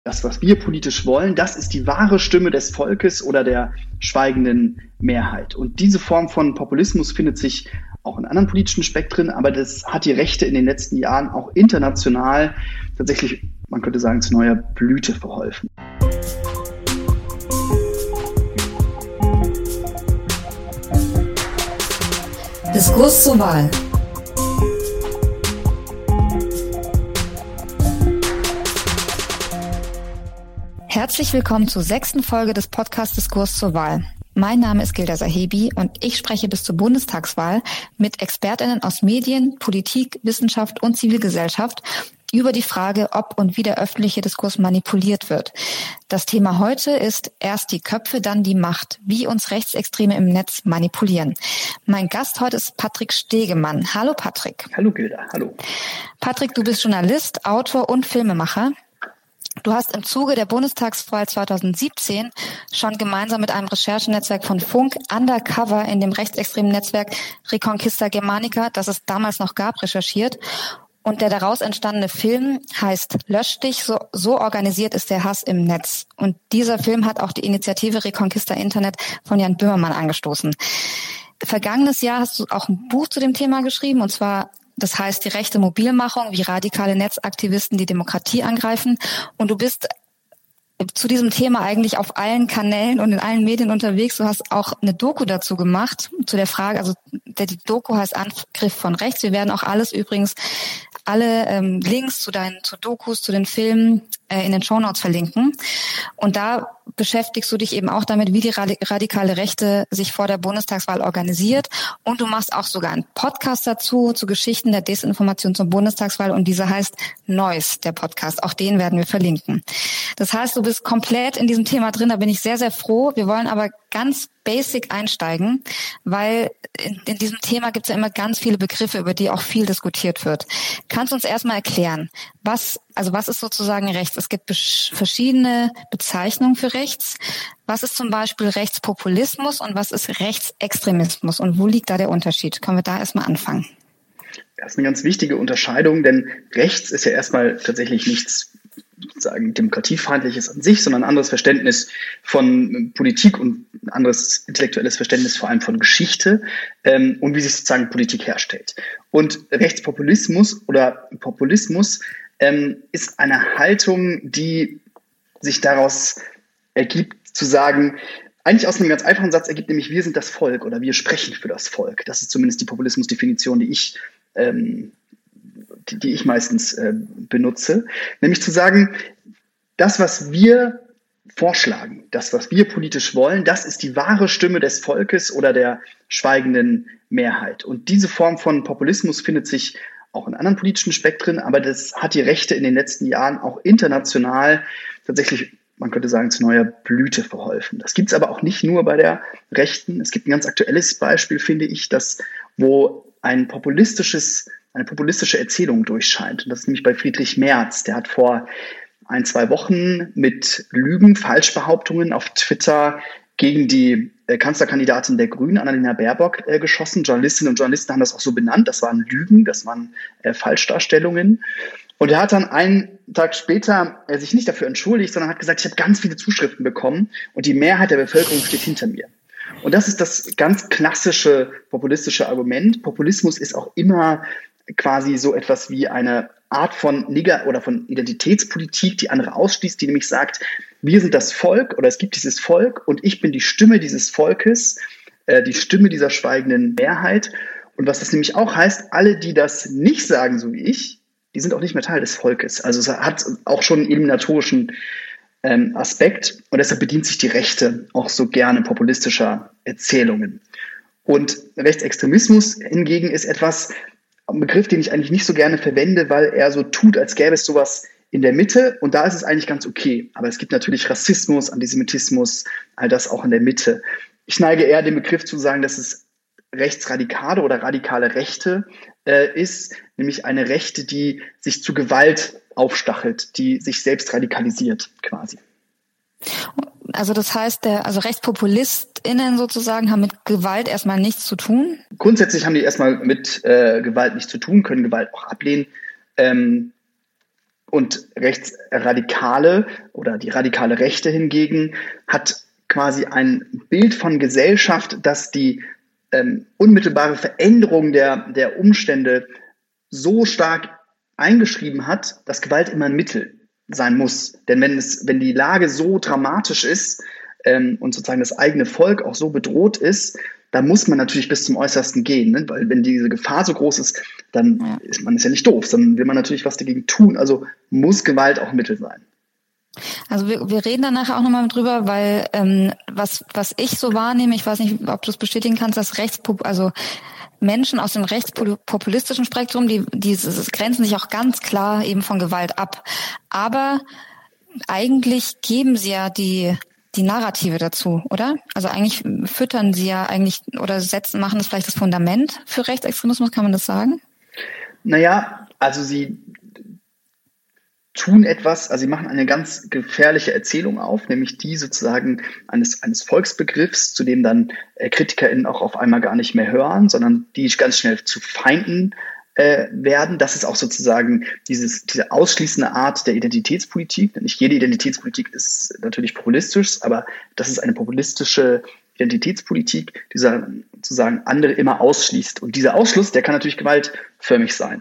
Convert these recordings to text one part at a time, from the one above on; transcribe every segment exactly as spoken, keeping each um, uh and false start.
Das, was wir politisch wollen, das ist die wahre Stimme des Volkes oder der schweigenden Mehrheit. Und diese Form von Populismus findet sich auch in anderen politischen Spektren, aber das hat die Rechte in den letzten Jahren auch international tatsächlich, man könnte sagen, zu neuer Blüte verholfen. Diskurs zur Wahl. Herzlich willkommen zur sechsten Folge des Podcasts Diskurs zur Wahl. Mein Name ist Gilda Sahebi und ich spreche bis zur Bundestagswahl mit ExpertInnen aus Medien, Politik, Wissenschaft und Zivilgesellschaft über die Frage, ob und wie der öffentliche Diskurs manipuliert wird. Das Thema heute ist erst die Köpfe, dann die Macht, wie uns Rechtsextreme im Netz manipulieren. Mein Gast heute ist Patrick Stegemann. Hallo Patrick. Hallo Gilda, hallo. Patrick, du bist Journalist, Autor und Filmemacher. Du hast im Zuge der Bundestagswahl zweitausendsiebzehn schon gemeinsam mit einem Recherchenetzwerk von Funk undercover in dem rechtsextremen Netzwerk Reconquista Germanica, das es damals noch gab, recherchiert. Und der daraus entstandene Film heißt Lösch dich, so, so organisiert ist der Hass im Netz. Und dieser Film hat auch die Initiative Reconquista Internet von Jan Böhmermann angestoßen. Vergangenes Jahr hast du auch ein Buch zu dem Thema geschrieben, und zwar das heißt die rechte Mobilmachung, wie radikale Netzaktivisten die Demokratie angreifen. Und du bist zu diesem Thema eigentlich auf allen Kanälen und in allen Medien unterwegs. Du hast auch eine Doku dazu gemacht, zu der Frage, also der, die Doku heißt Angriff von rechts. Wir werden auch alles übrigens, alle ähm, Links zu deinen zu Dokus, zu den Filmen äh, in den Shownotes verlinken. Und da beschäftigst du dich eben auch damit, wie die radikale Rechte sich vor der Bundestagswahl organisiert. Und du machst auch sogar einen Podcast dazu, zu Geschichten der Desinformation zur Bundestagswahl. Und dieser heißt Neues, der Podcast. Auch den werden wir verlinken. Das heißt, du bist komplett in diesem Thema drin. Da bin ich sehr, sehr froh. Wir wollen aber ganz basic einsteigen, weil in, in diesem Thema gibt es ja immer ganz viele Begriffe, über die auch viel diskutiert wird. Kannst du uns erstmal erklären, was, also was ist sozusagen rechts? Es gibt besch- verschiedene Bezeichnungen für rechts. Was ist zum Beispiel Rechtspopulismus und was ist Rechtsextremismus und wo liegt da der Unterschied? Können wir da erstmal anfangen? Das ist eine ganz wichtige Unterscheidung, denn rechts ist ja erstmal tatsächlich nichts sagen demokratiefeindliches an sich, sondern ein anderes Verständnis von Politik und ein anderes intellektuelles Verständnis vor allem von Geschichte ähm, und wie sich sozusagen Politik herstellt. Und Rechtspopulismus oder Populismus ähm, ist eine Haltung, die sich daraus ergibt, zu sagen, eigentlich aus einem ganz einfachen Satz ergibt, nämlich wir sind das Volk oder wir sprechen für das Volk. Das ist zumindest die Populismusdefinition, die ich ähm, die, die ich meistens äh, benutze, nämlich zu sagen, das, was wir vorschlagen, das, was wir politisch wollen, das ist die wahre Stimme des Volkes oder der schweigenden Mehrheit. Und diese Form von Populismus findet sich auch in anderen politischen Spektren, aber das hat die Rechte in den letzten Jahren auch international tatsächlich, man könnte sagen, zu neuer Blüte verholfen. Das gibt es aber auch nicht nur bei der Rechten. Es gibt ein ganz aktuelles Beispiel, finde ich, das, wo ein populistisches eine populistische Erzählung durchscheint. Und das ist nämlich bei Friedrich Merz. Der hat vor ein, zwei Wochen mit Lügen, Falschbehauptungen auf Twitter gegen die äh, Kanzlerkandidatin der Grünen, Annalena Baerbock, äh, geschossen. Journalistinnen und Journalisten haben das auch so benannt. Das waren Lügen, das waren äh, Falschdarstellungen. Und er hat dann einen Tag später äh, sich nicht dafür entschuldigt, sondern hat gesagt, ich habe ganz viele Zuschriften bekommen und die Mehrheit der Bevölkerung steht hinter mir. Und das ist das ganz klassische populistische Argument. Populismus ist auch immer quasi so etwas wie eine Art von Neg- oder von Identitätspolitik, die andere ausschließt, die nämlich sagt, wir sind das Volk oder es gibt dieses Volk und ich bin die Stimme dieses Volkes, äh, die Stimme dieser schweigenden Mehrheit. Und was das nämlich auch heißt, alle, die das nicht sagen, so wie ich, die sind auch nicht mehr Teil des Volkes. Also es hat auch schon einen eliminatorischen ähm, Aspekt und deshalb bedient sich die Rechte auch so gerne populistischer Erzählungen. Und Rechtsextremismus hingegen ist etwas, ein Begriff, den ich eigentlich nicht so gerne verwende, weil er so tut, als gäbe es sowas in der Mitte. Und da ist es eigentlich ganz okay. Aber es gibt natürlich Rassismus, Antisemitismus, all das auch in der Mitte. Ich neige eher dem Begriff zu sagen, dass es rechtsradikale oder radikale Rechte äh, ist, nämlich eine Rechte, die sich zu Gewalt aufstachelt, die sich selbst radikalisiert quasi. Also das heißt, der, also RechtspopulistInnen sozusagen haben mit Gewalt erstmal nichts zu tun? Grundsätzlich haben die erstmal mit äh, Gewalt nichts zu tun, können Gewalt auch ablehnen. Ähm, Und Rechtsradikale oder die radikale Rechte hingegen hat quasi ein Bild von Gesellschaft, das die ähm, unmittelbare Veränderung der, der Umstände so stark eingeschrieben hat, dass Gewalt immer ein Mittel sein muss. Denn wenn es, wenn die Lage so dramatisch ist ähm, und sozusagen das eigene Volk auch so bedroht ist, da muss man natürlich bis zum Äußersten gehen, ne? Weil wenn diese Gefahr so groß ist, dann ja. ist man ist ja nicht doof, dann will man natürlich was dagegen tun. Also muss Gewalt auch ein Mittel sein. Also wir, wir reden da nachher auch nochmal drüber, weil ähm, was was ich so wahrnehme, ich weiß nicht, ob du es bestätigen kannst, dass Rechtspop also Menschen aus dem rechtspopulistischen Spektrum, die, die grenzen sich auch ganz klar eben von Gewalt ab. Aber eigentlich geben sie ja die die Narrative dazu, oder? Also eigentlich füttern sie ja eigentlich oder setzen, machen das vielleicht das Fundament für Rechtsextremismus, kann man das sagen? Naja, also sie tun etwas, also sie machen eine ganz gefährliche Erzählung auf, nämlich die sozusagen eines, eines Volksbegriffs, zu dem dann äh, KritikerInnen auch auf einmal gar nicht mehr hören, sondern die ganz schnell zu Feinden äh, werden. Das ist auch sozusagen dieses, diese ausschließende Art der Identitätspolitik. Nicht jede Identitätspolitik ist natürlich populistisch, aber das ist eine populistische Identitätspolitik, die sozusagen andere immer ausschließt. Und dieser Ausschluss, der kann natürlich gewaltförmig sein.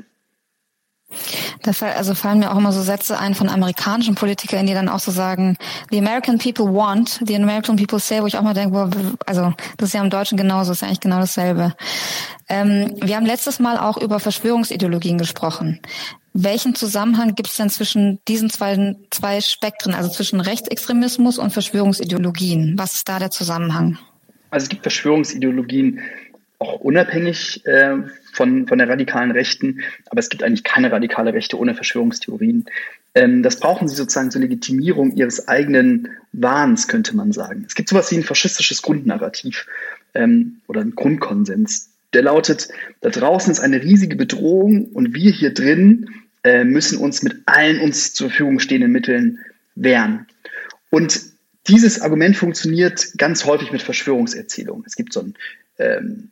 Da also fallen mir auch immer so Sätze ein von amerikanischen Politikern, die dann auch so sagen, the American people want, the American people say, wo ich auch mal denke, boah, also das ist ja im Deutschen genauso, ist ja eigentlich genau dasselbe. Ähm, wir haben letztes Mal auch über Verschwörungsideologien gesprochen. Welchen Zusammenhang gibt es denn zwischen diesen zwei, zwei Spektren, also zwischen Rechtsextremismus und Verschwörungsideologien? Was ist da der Zusammenhang? Also es gibt Verschwörungsideologien auch unabhängig äh, von, von der radikalen Rechten, aber es gibt eigentlich keine radikale Rechte ohne Verschwörungstheorien. Ähm, das brauchen sie sozusagen zur Legitimierung ihres eigenen Wahns, könnte man sagen. Es gibt sowas wie ein faschistisches Grundnarrativ ähm, oder ein Grundkonsens. Der lautet, da draußen ist eine riesige Bedrohung und wir hier drin äh, müssen uns mit allen uns zur Verfügung stehenden Mitteln wehren. Und dieses Argument funktioniert ganz häufig mit Verschwörungserzählungen. Es gibt so ein ähm,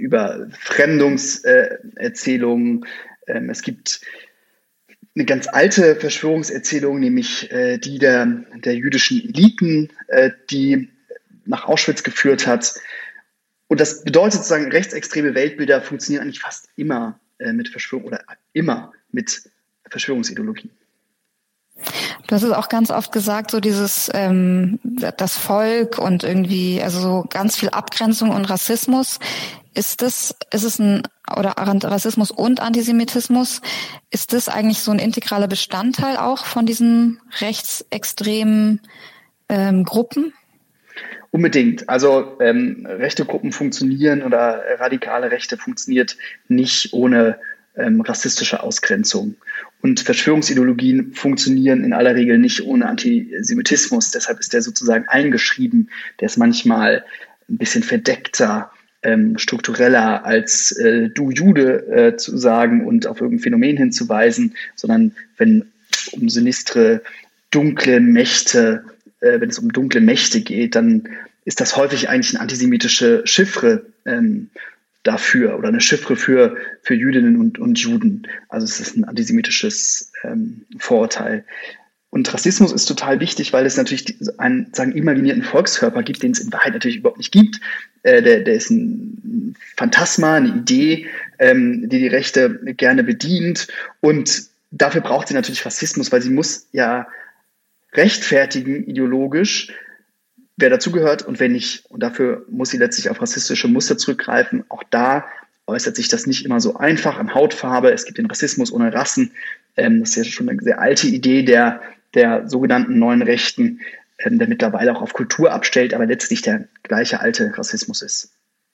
Überfremdungserzählungen. Äh, ähm, es gibt eine ganz alte Verschwörungserzählung, nämlich äh, die der, der jüdischen Eliten, äh, die nach Auschwitz geführt hat. Und das bedeutet sozusagen, rechtsextreme Weltbilder funktionieren eigentlich fast immer äh, mit Verschwörung oder immer mit Verschwörungsideologien. Du hast es auch ganz oft gesagt, so dieses ähm, das Volk und irgendwie, also so ganz viel Abgrenzung und Rassismus. Ist das, ist es ein, oder Rassismus und Antisemitismus, ist das eigentlich so ein integraler Bestandteil auch von diesen rechtsextremen ähm, Gruppen? Unbedingt. Also ähm, rechte Gruppen funktionieren oder radikale Rechte funktioniert nicht ohne ähm, rassistische Ausgrenzung. Und Verschwörungsideologien funktionieren in aller Regel nicht ohne Antisemitismus. Deshalb ist der sozusagen eingeschrieben. Der ist manchmal ein bisschen verdeckter, ähm, struktureller als äh, du Jude äh, zu sagen und auf irgendein Phänomen hinzuweisen, sondern wenn es um sinistre, dunkle Mächte, äh, wenn es um dunkle Mächte geht, dann ist das häufig eigentlich eine antisemitische Chiffre ähm, dafür oder eine Chiffre für, für Jüdinnen und, und Juden. Also es ist ein antisemitisches ähm, Vorurteil. Und Rassismus ist total wichtig, weil es natürlich einen, sagen, imaginierten Volkskörper gibt, den es in Wahrheit natürlich überhaupt nicht gibt. Äh, der, der ist ein Phantasma, eine Idee, ähm, die die Rechte gerne bedient. Und dafür braucht sie natürlich Rassismus, weil sie muss ja rechtfertigen ideologisch, wer dazugehört und wer nicht. Und dafür muss sie letztlich auf rassistische Muster zurückgreifen. Auch da äußert sich das nicht immer so einfach an Hautfarbe. Es gibt den Rassismus ohne Rassen. Ähm, das ist ja schon eine sehr alte Idee der, der sogenannten neuen Rechten, ähm, der mittlerweile auch auf Kultur abstellt, aber letztlich der gleiche alte Rassismus ist.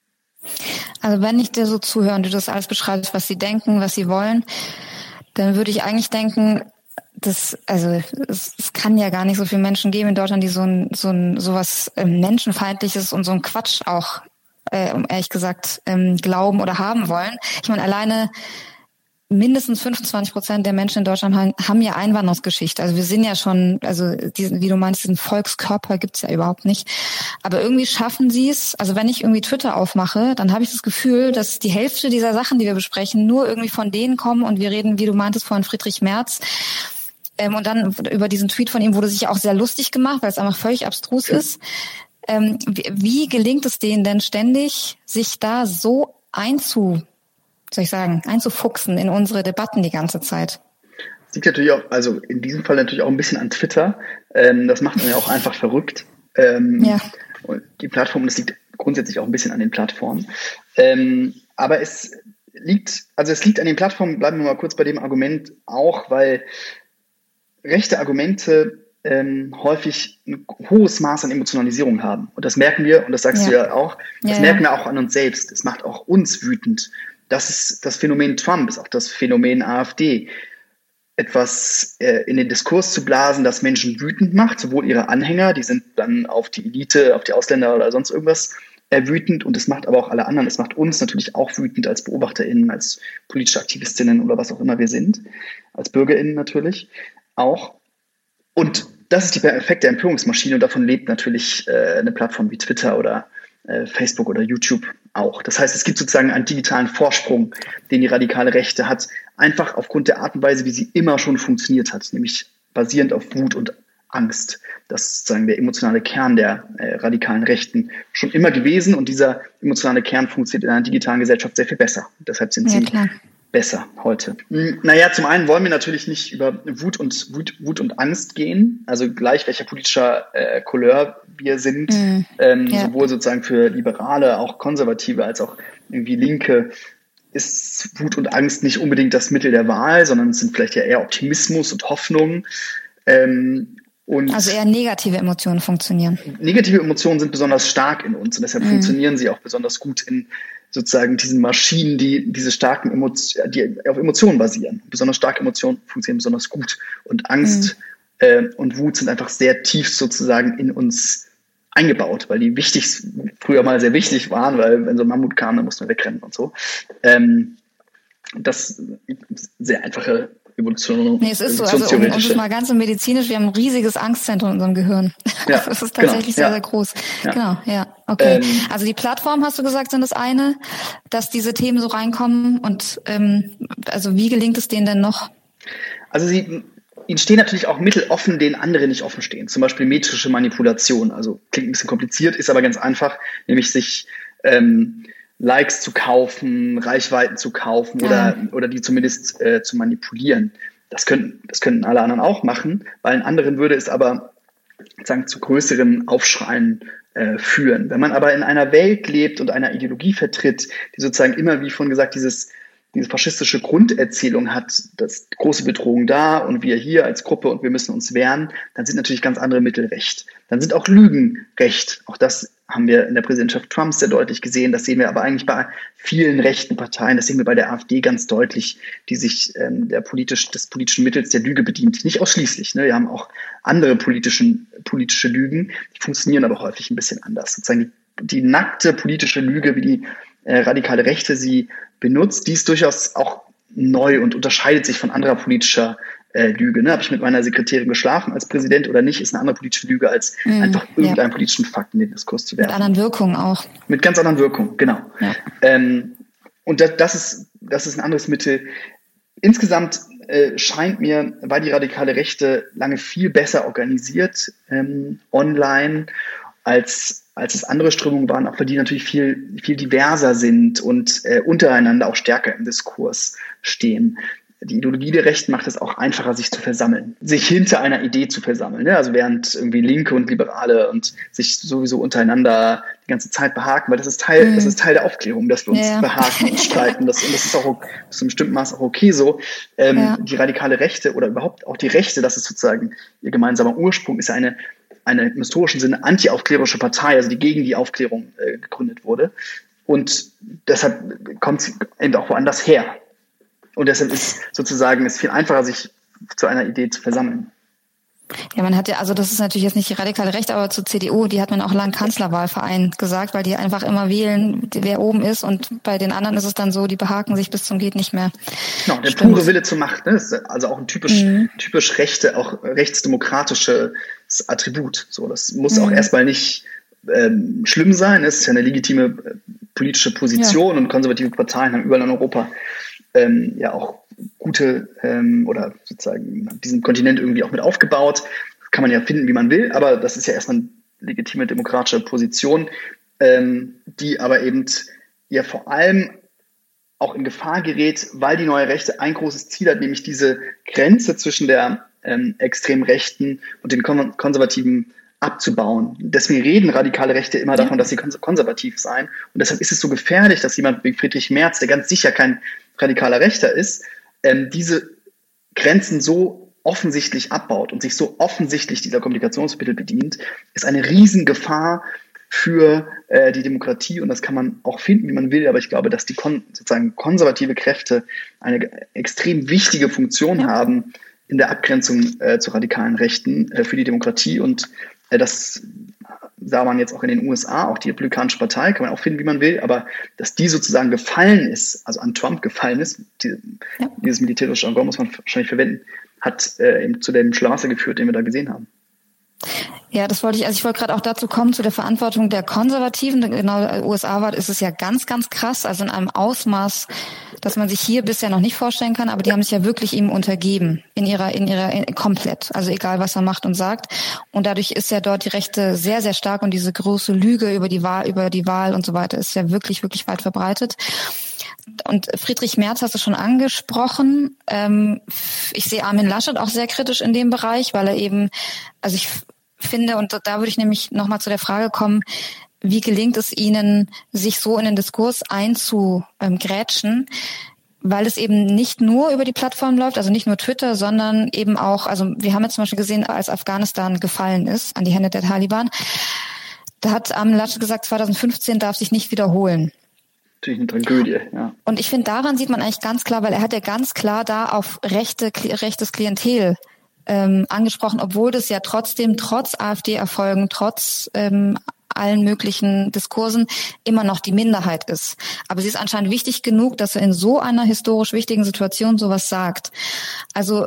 Also wenn ich dir so zuhöre und du das alles beschreibst, was sie denken, was sie wollen, dann würde ich eigentlich denken, das, also es, es kann ja gar nicht so viele Menschen geben in Deutschland, die so ein so ein sowas ähm, Menschenfeindliches und so ein Quatsch auch, äh, um ehrlich gesagt, ähm, glauben oder haben wollen. Ich meine, alleine mindestens fünfundzwanzig Prozent der Menschen in Deutschland haben, haben ja Einwanderungsgeschichte. Also wir sind ja schon, also diesen, wie du meinst, diesen Volkskörper gibt's ja überhaupt nicht. Aber irgendwie schaffen sie es. Also wenn ich irgendwie Twitter aufmache, dann habe ich das Gefühl, dass die Hälfte dieser Sachen, die wir besprechen, nur irgendwie von denen kommen. Und wir reden, wie du meintest, von Friedrich Merz. Ähm, und dann über diesen Tweet von ihm wurde sich auch sehr lustig gemacht, weil es einfach völlig abstrus ist. Ähm, wie, wie gelingt es denen denn ständig, sich da so einzu, soll ich sagen, einzufuchsen in unsere Debatten die ganze Zeit? Das liegt natürlich auch, also in diesem Fall natürlich auch ein bisschen an Twitter. Ähm, das macht man ja auch einfach verrückt. Ähm, ja. Und die Plattform, das liegt grundsätzlich auch ein bisschen an den Plattformen. Ähm, aber es liegt, also es liegt an den Plattformen, bleiben wir mal kurz bei dem Argument auch, weil rechte Argumente ähm, häufig ein hohes Maß an Emotionalisierung haben. Und das merken wir, und das sagst ja. du ja auch, das ja, merken wir auch an uns selbst. Es macht auch uns wütend. Das ist das Phänomen Trump, ist auch das Phänomen AfD. Etwas äh, in den Diskurs zu blasen, das Menschen wütend macht, sowohl ihre Anhänger, die sind dann auf die Elite, auf die Ausländer oder sonst irgendwas äh, wütend, und es macht aber auch alle anderen, es macht uns natürlich auch wütend als BeobachterInnen, als politische Aktivistinnen oder was auch immer wir sind, als BürgerInnen natürlich auch. Und das ist die perfekte Empörungsmaschine, und davon lebt natürlich äh, eine Plattform wie Twitter oder äh, Facebook oder YouTube auch. Das heißt, es gibt sozusagen einen digitalen Vorsprung, den die radikale Rechte hat, einfach aufgrund der Art und Weise, wie sie immer schon funktioniert hat, nämlich basierend auf Wut und Angst. Das ist sozusagen der emotionale Kern der äh, radikalen Rechten schon immer gewesen, und dieser emotionale Kern funktioniert in einer digitalen Gesellschaft sehr viel besser. Deshalb sind ja, sie klar. besser heute. Naja, zum einen wollen wir natürlich nicht über Wut und Wut, Wut und Angst gehen, also gleich welcher politischer äh, Couleur wir sind, mm, ähm, ja. sowohl sozusagen für Liberale, auch Konservative, als auch irgendwie Linke, ist Wut und Angst nicht unbedingt das Mittel der Wahl, sondern es sind vielleicht ja eher Optimismus und Hoffnung. Ähm, und also eher negative Emotionen funktionieren. Negative Emotionen sind besonders stark in uns, und deshalb mm. funktionieren sie auch besonders gut in sozusagen diesen Maschinen, die diese starken Emotionen, die auf Emotionen basieren. Besonders starke Emotionen funktionieren besonders gut. Und Angst mm. äh, und Wut sind einfach sehr tief sozusagen in uns eingebaut, weil die wichtig, früher mal sehr wichtig waren, weil wenn so ein Mammut kam, dann mussten wir wegrennen und so. Ähm, das sehr einfache Evolution. Nee, es ist so, also um, um es mal ganz medizinisch, wir haben ein riesiges Angstzentrum in unserem Gehirn. Ja, das ist tatsächlich genau, sehr, ja. sehr groß. Ja. Genau, ja, okay. Ähm, also die Plattform, hast du gesagt, sind das eine, dass diese Themen so reinkommen, und ähm, also wie gelingt es denen denn noch? Also sie Ihnen stehen natürlich auch Mittel offen, denen andere nicht offen stehen. Zum Beispiel metrische Manipulation. Also klingt ein bisschen kompliziert, ist aber ganz einfach, nämlich sich ähm, Likes zu kaufen, Reichweiten zu kaufen ja. oder oder die zumindest äh, zu manipulieren. Das könnten das könnten alle anderen auch machen. Bei allen anderen würde es aber sozusagen zu größeren Aufschreien äh, führen. Wenn man aber in einer Welt lebt und einer Ideologie vertritt, die sozusagen immer, wie vorhin gesagt, dieses diese faschistische Grunderzählung hat, dass große Bedrohung da und wir hier als Gruppe und wir müssen uns wehren, dann sind natürlich ganz andere Mittel recht. Dann sind auch Lügen recht. Auch das haben wir in der Präsidentschaft Trumps sehr deutlich gesehen. Das sehen wir aber eigentlich bei vielen rechten Parteien. Das sehen wir bei der AfD ganz deutlich, die sich ähm, der politisch, des politischen Mittels der Lüge bedient. Nicht ausschließlich. Ne? Wir haben auch andere politischen, politische Lügen, die funktionieren aber häufig ein bisschen anders. Sozusagen die, die nackte politische Lüge, wie die äh, radikale Rechte sie benutzt, die ist durchaus auch neu und unterscheidet sich von anderer politischer äh, Lüge. Ne? Habe ich mit meiner Sekretärin geschlafen als Präsident oder nicht, ist eine andere politische Lüge, als mm, einfach irgendeinen ja. politischen Fakt in den Diskurs zu werfen. Mit anderen Wirkungen auch. Mit ganz anderen Wirkungen, genau. Ja. Ähm, und das, das, ist, das ist ein anderes Mittel. Insgesamt äh, scheint mir, war die radikale Rechte lange viel besser organisiert ähm, online, als als es andere Strömungen waren, auch weil die natürlich viel viel diverser sind und äh, untereinander auch stärker im Diskurs stehen. Die Ideologie der Rechten macht es auch einfacher, sich zu versammeln, sich hinter einer Idee zu versammeln. Ne? Also während irgendwie Linke und Liberale und sich sowieso untereinander die ganze Zeit behaken, weil das ist Teil, mhm. das ist Teil der Aufklärung, dass wir uns ja. behaken und streiten. Das, und das ist auch bis zu einem bestimmten Maß auch okay so. Ähm, ja. Die radikale Rechte oder überhaupt auch die Rechte, das ist sozusagen ihr gemeinsamer Ursprung, ist eine eine im historischen Sinne antiaufklärerische Partei, also die gegen die Aufklärung äh, gegründet wurde. Und deshalb kommt sie eben auch woanders her. Und deshalb ist sozusagen es viel einfacher, sich zu einer Idee zu versammeln. Ja, man hat ja, also das ist natürlich jetzt nicht die radikale Rechte, aber zur C D U, die hat man auch lang Kanzlerwahlverein gesagt, weil die einfach immer wählen, wer oben ist, und bei den anderen ist es dann so, die behaken sich bis zum geht nicht mehr. Genau, der Stimmt. pure Wille zur Macht, ne? Das ist also auch ein typisch, mhm. typisch rechte, auch rechtsdemokratisches Attribut. So, das muss mhm. auch erstmal nicht ähm, schlimm sein. Es ist ja eine legitime äh, politische Position ja. und konservative Parteien haben überall in Europa ähm, ja auch gute ähm, oder sozusagen diesen Kontinent irgendwie auch mit aufgebaut. Das kann man ja finden, wie man will, aber das ist ja erstmal eine legitime demokratische Position, ähm, die aber eben ja vor allem auch in Gefahr gerät, weil die neue Rechte ein großes Ziel hat, nämlich diese Grenze zwischen der ähm, extremen Rechten und den Kon- Konservativen abzubauen. Deswegen reden radikale Rechte immer davon, dass sie konservativ seien. Und deshalb ist es so gefährlich, dass jemand wie Friedrich Merz, der ganz sicher kein radikaler Rechter ist, ähm, diese Grenzen so offensichtlich abbaut und sich so offensichtlich dieser Kommunikationsmittel bedient, ist eine Riesengefahr für äh, die Demokratie. Und das kann man auch finden, wie man will. Aber ich glaube, dass die kon- sozusagen konservative Kräfte eine extrem wichtige Funktion ja. haben in der Abgrenzung äh, zu radikalen Rechten äh, für die Demokratie. Und äh, das sah man jetzt auch in den U S A, auch die Republikanische Partei, kann man auch finden, wie man will. Aber dass die sozusagen gefallen ist, also an Trump gefallen ist, die, ja. dieses militärische Jargon muss man wahrscheinlich verwenden, hat äh, eben zu dem Schlamassel geführt, den wir da gesehen haben. Ja, das wollte ich, also ich wollte gerade auch dazu kommen, zu der Verantwortung der Konservativen. Genau, U S A war, ist es ja ganz, ganz krass, also in einem Ausmaß, das man sich hier bisher noch nicht vorstellen kann, aber die haben sich ja wirklich ihm untergeben, in ihrer, in ihrer, in, komplett, also egal, was er macht und sagt. Und dadurch ist ja dort die Rechte sehr, sehr stark und diese große Lüge über die Wahl, über die Wahl und so weiter ist ja wirklich, wirklich weit verbreitet. Und Friedrich Merz hast du schon angesprochen. Ähm, ich sehe Armin Laschet auch sehr kritisch in dem Bereich, weil er eben, also ich finde, und da würde ich nämlich nochmal zu der Frage kommen, wie gelingt es Ihnen, sich so in den Diskurs einzugrätschen, weil es eben nicht nur über die Plattform läuft, also nicht nur Twitter, sondern eben auch, also wir haben jetzt zum Beispiel gesehen, als Afghanistan gefallen ist an die Hände der Taliban, da hat Armin Laschet gesagt, zwanzig fünfzehn darf sich nicht wiederholen. Natürlich eine Tragödie, ja. Und ich finde, daran sieht man eigentlich ganz klar, weil er hat ja ganz klar da auf rechte, rechtes Klientel ähm, angesprochen, obwohl das ja trotzdem, trotz AfD-Erfolgen, trotz ähm, allen möglichen Diskursen immer noch die Minderheit ist. Aber sie ist anscheinend wichtig genug, dass er in so einer historisch wichtigen Situation sowas sagt. Also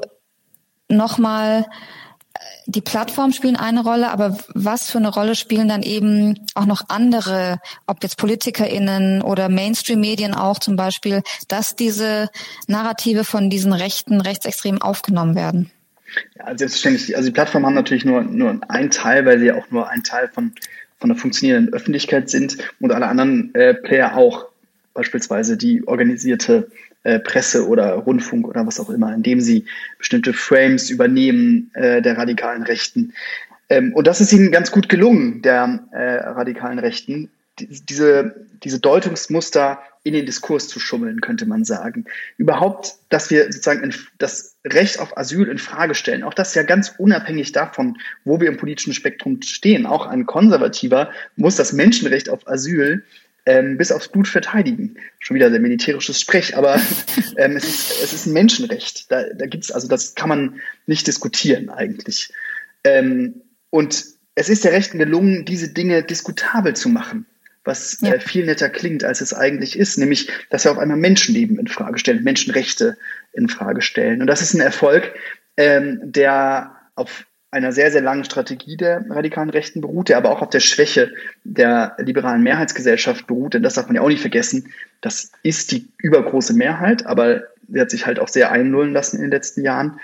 nochmal, die Plattformen spielen eine Rolle, aber was für eine Rolle spielen dann eben auch noch andere, ob jetzt PolitikerInnen oder Mainstream-Medien auch zum Beispiel, dass diese Narrative von diesen Rechten, Rechtsextremen aufgenommen werden? Ja, selbstverständlich. Also die Plattformen haben natürlich nur, nur einen Teil, weil sie ja auch nur ein Teil von, von der funktionierenden Öffentlichkeit sind und alle anderen äh, Player auch, beispielsweise die organisierte äh, Presse oder Rundfunk oder was auch immer, indem sie bestimmte Frames übernehmen äh, der radikalen Rechten. Ähm, und das ist ihnen ganz gut gelungen, der äh, radikalen Rechten, die, diese, diese Deutungsmuster in den Diskurs zu schummeln, könnte man sagen. Überhaupt, dass wir sozusagen in, das Recht auf Asyl in Frage stellen, auch das ja ganz unabhängig davon, wo wir im politischen Spektrum stehen. Auch ein Konservativer muss das Menschenrecht auf Asyl ähm, bis aufs Blut verteidigen. Schon wieder der militärisches Sprech, aber ähm, es, ist, es ist ein Menschenrecht. Da, da gibt's, also das kann man nicht diskutieren eigentlich. Ähm, und es ist der Rechten gelungen, diese Dinge diskutabel zu machen, was ja. äh, viel netter klingt, als es eigentlich ist, nämlich, dass wir auf einmal Menschenleben in Frage stellen, Menschenrechte in Frage stellen. Und das ist ein Erfolg, ähm, der auf einer sehr, sehr langen Strategie der radikalen Rechten beruht, der aber auch auf der Schwäche der liberalen Mehrheitsgesellschaft beruht, denn das darf man ja auch nicht vergessen. Das ist die übergroße Mehrheit, aber sie hat sich halt auch sehr einlullen lassen in den letzten Jahren,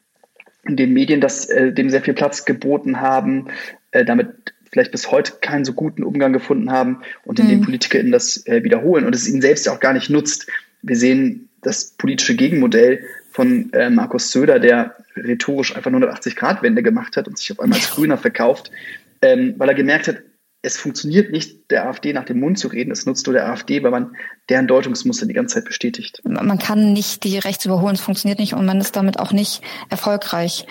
in den Medien, das, äh, dem sehr viel Platz geboten haben, äh, damit vielleicht bis heute keinen so guten Umgang gefunden haben und in mhm. dem PolitikerInnen das äh, wiederholen und es ihnen selbst ja auch gar nicht nutzt. Wir sehen das politische Gegenmodell von äh, Markus Söder, der rhetorisch einfach eine hundertachtzig-Grad-Wende gemacht hat und sich auf einmal als Grüner verkauft, ähm, weil er gemerkt hat, es funktioniert nicht, der AfD nach dem Mund zu reden, es nutzt nur der AfD, weil man deren Deutungsmuster die ganze Zeit bestätigt. Man kann nicht die Rechts überholen, es funktioniert nicht und man ist damit auch nicht erfolgreich.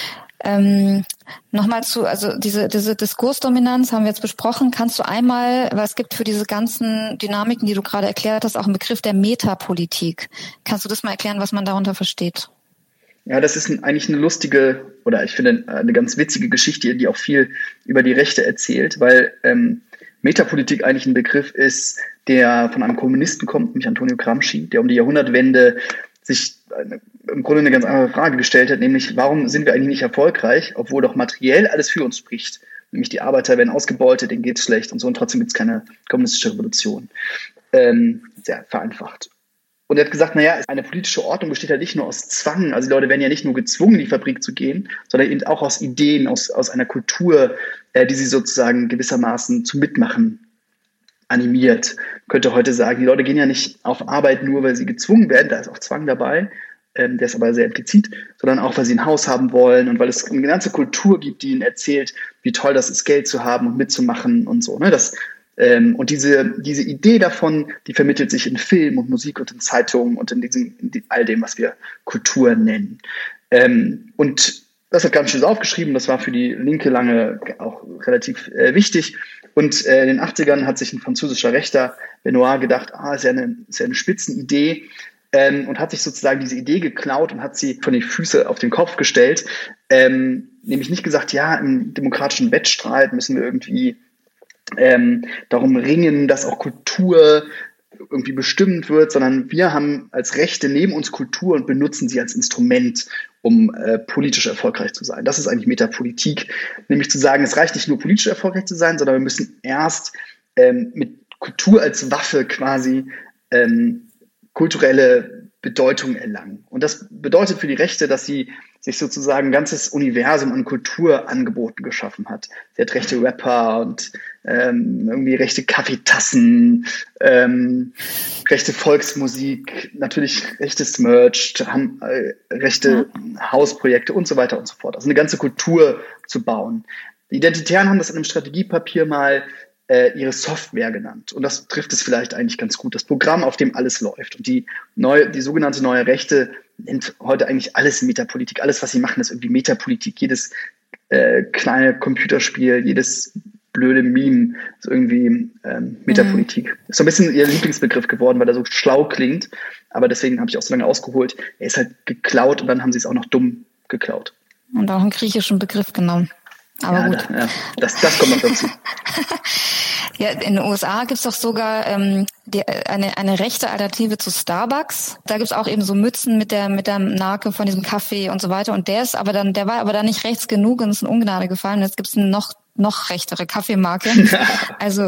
Ähm, Nochmal zu, also diese, diese Diskursdominanz haben wir jetzt besprochen. Kannst du einmal, weil es gibt für diese ganzen Dynamiken, die du gerade erklärt hast, auch einen Begriff der Metapolitik. Kannst du das mal erklären, was man darunter versteht? Ja, das ist ein, eigentlich eine lustige oder ich finde eine ganz witzige Geschichte, die auch viel über die Rechte erzählt, weil ähm, Metapolitik eigentlich ein Begriff ist, der von einem Kommunisten kommt, nämlich Antonio Gramsci, der um die Jahrhundertwende sich eine, im Grunde eine ganz andere Frage gestellt hat, nämlich warum sind wir eigentlich nicht erfolgreich, obwohl doch materiell alles für uns spricht. Nämlich die Arbeiter werden ausgebeutet, denen geht's schlecht und so und trotzdem gibt's keine kommunistische Revolution. Ähm, sehr vereinfacht. Und er hat gesagt, naja, eine politische Ordnung besteht ja nicht nur aus Zwang. Also die Leute werden ja nicht nur gezwungen, in die Fabrik zu gehen, sondern eben auch aus Ideen, aus, aus einer Kultur, äh, die sie sozusagen gewissermaßen zum Mitmachen animiert. Man könnte heute sagen, die Leute gehen ja nicht auf Arbeit nur, weil sie gezwungen werden, da ist auch Zwang dabei, ähm, der ist aber sehr implizit, sondern auch, weil sie ein Haus haben wollen und weil es eine ganze Kultur gibt, die ihnen erzählt, wie toll das ist, Geld zu haben und mitzumachen und so. Ne? Das, ähm, und diese, diese Idee davon, die vermittelt sich in Film und Musik und in Zeitungen und in, diesem, in die, all dem, was wir Kultur nennen. Ähm, und das hat ganz schön aufgeschrieben, das war für die Linke lange auch relativ äh, wichtig. Und äh, in den achtzigern hat sich ein französischer Rechter, Benoit, gedacht, ah, ist ja eine, ist ja eine Spitzenidee, ähm, und hat sich sozusagen diese Idee geklaut und hat sie von den Füßen auf den Kopf gestellt. Ähm, nämlich nicht gesagt, ja, im demokratischen Wettstreit müssen wir irgendwie ähm, darum ringen, dass auch Kultur irgendwie bestimmt wird, sondern wir haben als Rechte neben uns Kultur und benutzen sie als Instrument, um äh, politisch erfolgreich zu sein. Das ist eigentlich Metapolitik, nämlich zu sagen, es reicht nicht nur politisch erfolgreich zu sein, sondern wir müssen erst ähm, mit Kultur als Waffe quasi ähm, kulturelle Bedeutung erlangen. Und das bedeutet für die Rechte, dass sie sich sozusagen ein ganzes Universum an Kulturangeboten geschaffen hat. Sie hat rechte Rapper und ähm, irgendwie rechte Kaffeetassen, ähm, rechte Volksmusik, natürlich rechtes Merch, haben, äh, rechte ja. Hausprojekte und so weiter und so fort. Also eine ganze Kultur zu bauen. Die Identitären haben das in einem Strategiepapier mal äh, ihre Software genannt. Und das trifft es vielleicht eigentlich ganz gut. Das Programm, auf dem alles läuft. Und die neue, die sogenannte neue Rechte nennt heute eigentlich alles Metapolitik. Alles, was sie machen, ist irgendwie Metapolitik. Jedes äh, kleine Computerspiel, jedes blöde Meme ist irgendwie ähm, Metapolitik. Mhm. Ist so ein bisschen ihr Lieblingsbegriff geworden, weil er so schlau klingt. Aber deswegen habe ich auch so lange ausgeholt. Er ist halt geklaut und dann haben sie es auch noch dumm geklaut. Und auch einen griechischen Begriff genommen. Aber ja, gut. Da, ja, das, das kommt noch dazu. Ja, in den U S A gibt's doch sogar ähm, die, eine eine rechte Alternative zu Starbucks. Da gibt's auch eben so Mützen mit der mit der Marke von diesem Kaffee und so weiter. Und der ist aber dann, der war aber dann nicht rechts genug und ist in Ungnade gefallen. Jetzt gibt's eine noch noch rechtere Kaffeemarke. Also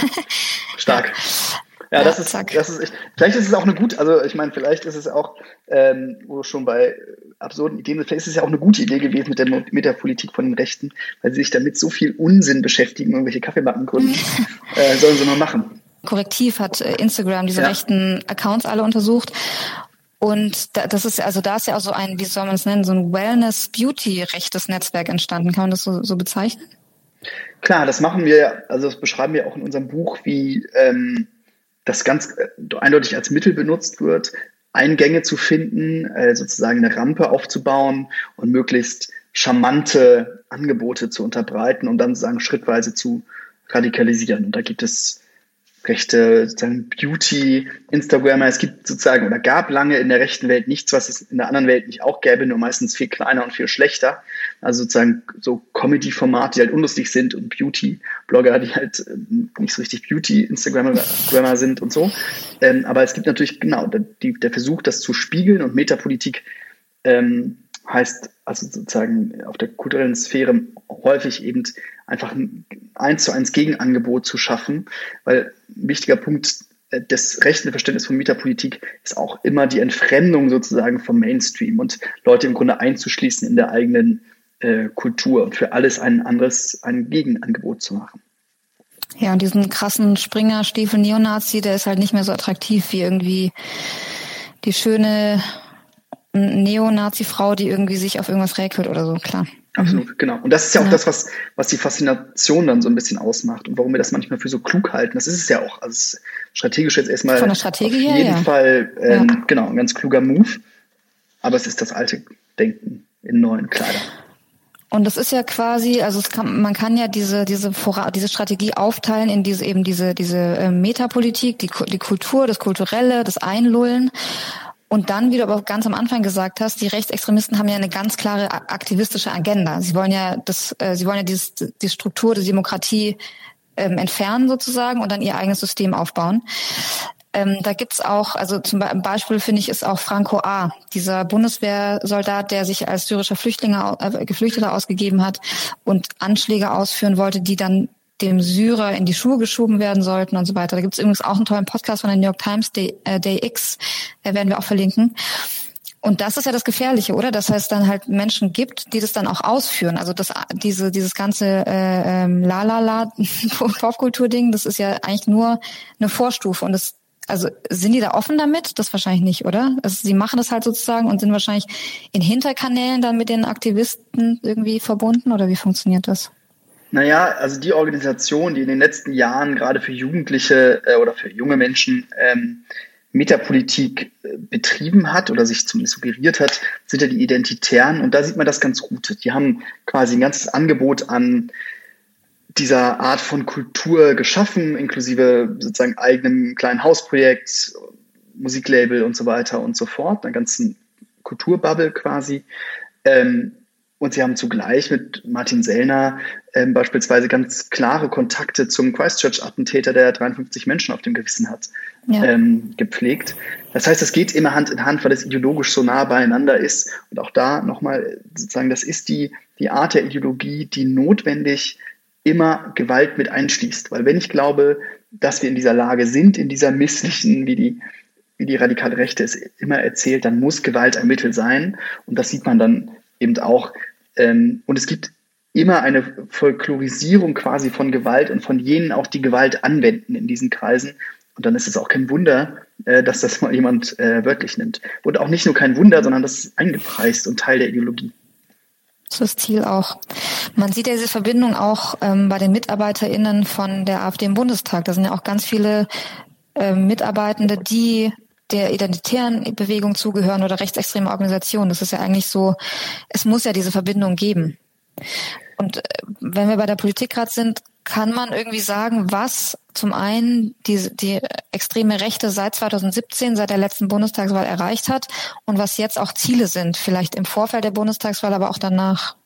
stark. Ja, das ist, das ist, vielleicht ist es auch eine gute, also ich meine, vielleicht ist es auch, ähm, wo schon bei absurden Ideen sind, vielleicht ist es ja auch eine gute Idee gewesen mit der Metapolitik von den Rechten, weil sie sich damit so viel Unsinn beschäftigen, irgendwelche Kaffeemarken gründen, äh, sollen sie mal machen. Korrektiv hat Instagram diese ja. rechten Accounts alle untersucht. Und das ist, also da ist ja auch so ein, wie soll man es nennen, so ein Wellness-Beauty-rechtes Netzwerk entstanden. Kann man das so, so bezeichnen? Klar, das machen wir, also das beschreiben wir auch in unserem Buch, wie ähm, das ganz eindeutig als Mittel benutzt wird, Eingänge zu finden, äh, sozusagen eine Rampe aufzubauen und möglichst charmante Angebote zu unterbreiten und dann sozusagen schrittweise zu radikalisieren. Und da gibt es rechte sozusagen Beauty-Instagrammer. Es gibt sozusagen oder gab lange in der rechten Welt nichts, was es in der anderen Welt nicht auch gäbe, nur meistens viel kleiner und viel schlechter. Also sozusagen so Comedy-Formate, die halt unlustig sind und Beauty-Blogger, die halt nicht so richtig Beauty-Instagrammer sind und so. Ähm, aber es gibt natürlich, genau, die, der Versuch, das zu spiegeln und Metapolitik ähm, heißt also sozusagen auf der kulturellen Sphäre häufig eben einfach ein eins zu eins Gegenangebot zu schaffen, weil ein wichtiger Punkt des rechten Verständnisses von Metapolitik ist auch immer die Entfremdung sozusagen vom Mainstream und Leute im Grunde einzuschließen in der eigenen äh, Kultur und für alles ein anderes, ein Gegenangebot zu machen. Ja, und diesen krassen Springer-Stiefel-Neonazi, der ist halt nicht mehr so attraktiv wie irgendwie die schöne Neonazi-Frau, die irgendwie sich auf irgendwas räkelt oder so, klar. Absolut, mhm. genau. Und das ist ja auch ja. das, was, was die Faszination dann so ein bisschen ausmacht und warum wir das manchmal für so klug halten. Das ist es ja auch. Also strategisch jetzt erstmal Von der Strategie auf jeden her, ja. Fall ähm, ja. genau, ein ganz kluger Move. Aber es ist das alte Denken in neuen Kleidern. Und das ist ja quasi, also es kann, man kann ja diese diese Vora, diese Strategie aufteilen in diese eben diese diese äh, Metapolitik, die die Kultur, das Kulturelle, das Einlullen. Und dann, wie du aber ganz am Anfang gesagt hast, die Rechtsextremisten haben ja eine ganz klare aktivistische Agenda. Sie wollen ja das, äh, sie wollen ja dieses, die Struktur der Demokratie ähm, entfernen sozusagen und dann ihr eigenes System aufbauen. Ähm, da gibt's auch, also zum Beispiel finde ich, ist auch Franco A., dieser Bundeswehrsoldat, der sich als syrischer Flüchtlinge, äh, Geflüchteter ausgegeben hat und Anschläge ausführen wollte, die dann dem Syrer in die Schuhe geschoben werden sollten und so weiter. Da gibt es übrigens auch einen tollen Podcast von der New York Times, Day, äh, Day X, äh, werden wir auch verlinken. Und das ist ja das Gefährliche, oder? Dass es dann halt Menschen gibt, die das dann auch ausführen. Also das, diese, dieses ganze äh, ähm, La-La-La Popkultur-Ding, das ist ja eigentlich nur eine Vorstufe. Und das, also sind die da offen damit? Das wahrscheinlich nicht, oder? Also sie machen das halt sozusagen und sind wahrscheinlich in Hinterkanälen dann mit den Aktivisten irgendwie verbunden, oder wie funktioniert das? Naja, also die Organisation, die in den letzten Jahren gerade für Jugendliche äh, oder für junge Menschen ähm, Metapolitik äh, betrieben hat oder sich zumindest suggeriert hat, sind ja die Identitären. Und da sieht man das ganz gut. Die haben quasi ein ganzes Angebot an dieser Art von Kultur geschaffen, inklusive sozusagen eigenem kleinen Hausprojekt, Musiklabel und so weiter und so fort, einer ganzen Kulturbubble quasi. Ähm, Und sie haben zugleich mit Martin Sellner ähm, beispielsweise ganz klare Kontakte zum Christchurch-Attentäter, der dreiundfünfzig Menschen auf dem Gewissen hat, ja. ähm, gepflegt. Das heißt, es geht immer Hand in Hand, weil es ideologisch so nah beieinander ist. Und auch da nochmal sozusagen, das ist die, die Art der Ideologie, die notwendig immer Gewalt mit einschließt. Weil wenn ich glaube, dass wir in dieser Lage sind, in dieser misslichen, wie die, wie die radikale Rechte es immer erzählt, dann muss Gewalt ein Mittel sein. Und das sieht man dann eben auch. Ähm, und es gibt immer eine Folklorisierung quasi von Gewalt und von jenen auch, die Gewalt anwenden in diesen Kreisen. Und dann ist es auch kein Wunder, äh, dass das mal jemand äh, wörtlich nimmt. Und auch nicht nur kein Wunder, sondern das ist eingepreist und Teil der Ideologie. Das ist das Ziel auch. Man sieht ja diese Verbindung auch ähm, bei den MitarbeiterInnen von der AfD im Bundestag. Da sind ja auch ganz viele äh, Mitarbeitende, die der identitären Bewegung zugehören oder rechtsextreme Organisationen. Das ist ja eigentlich so, es muss ja diese Verbindung geben. Und wenn wir bei der Politik gerade sind, kann man irgendwie sagen, was zum einen die, die extreme Rechte seit zweitausendsiebzehn, seit der letzten Bundestagswahl erreicht hat und was jetzt auch Ziele sind, vielleicht im Vorfeld der Bundestagswahl, aber auch danach.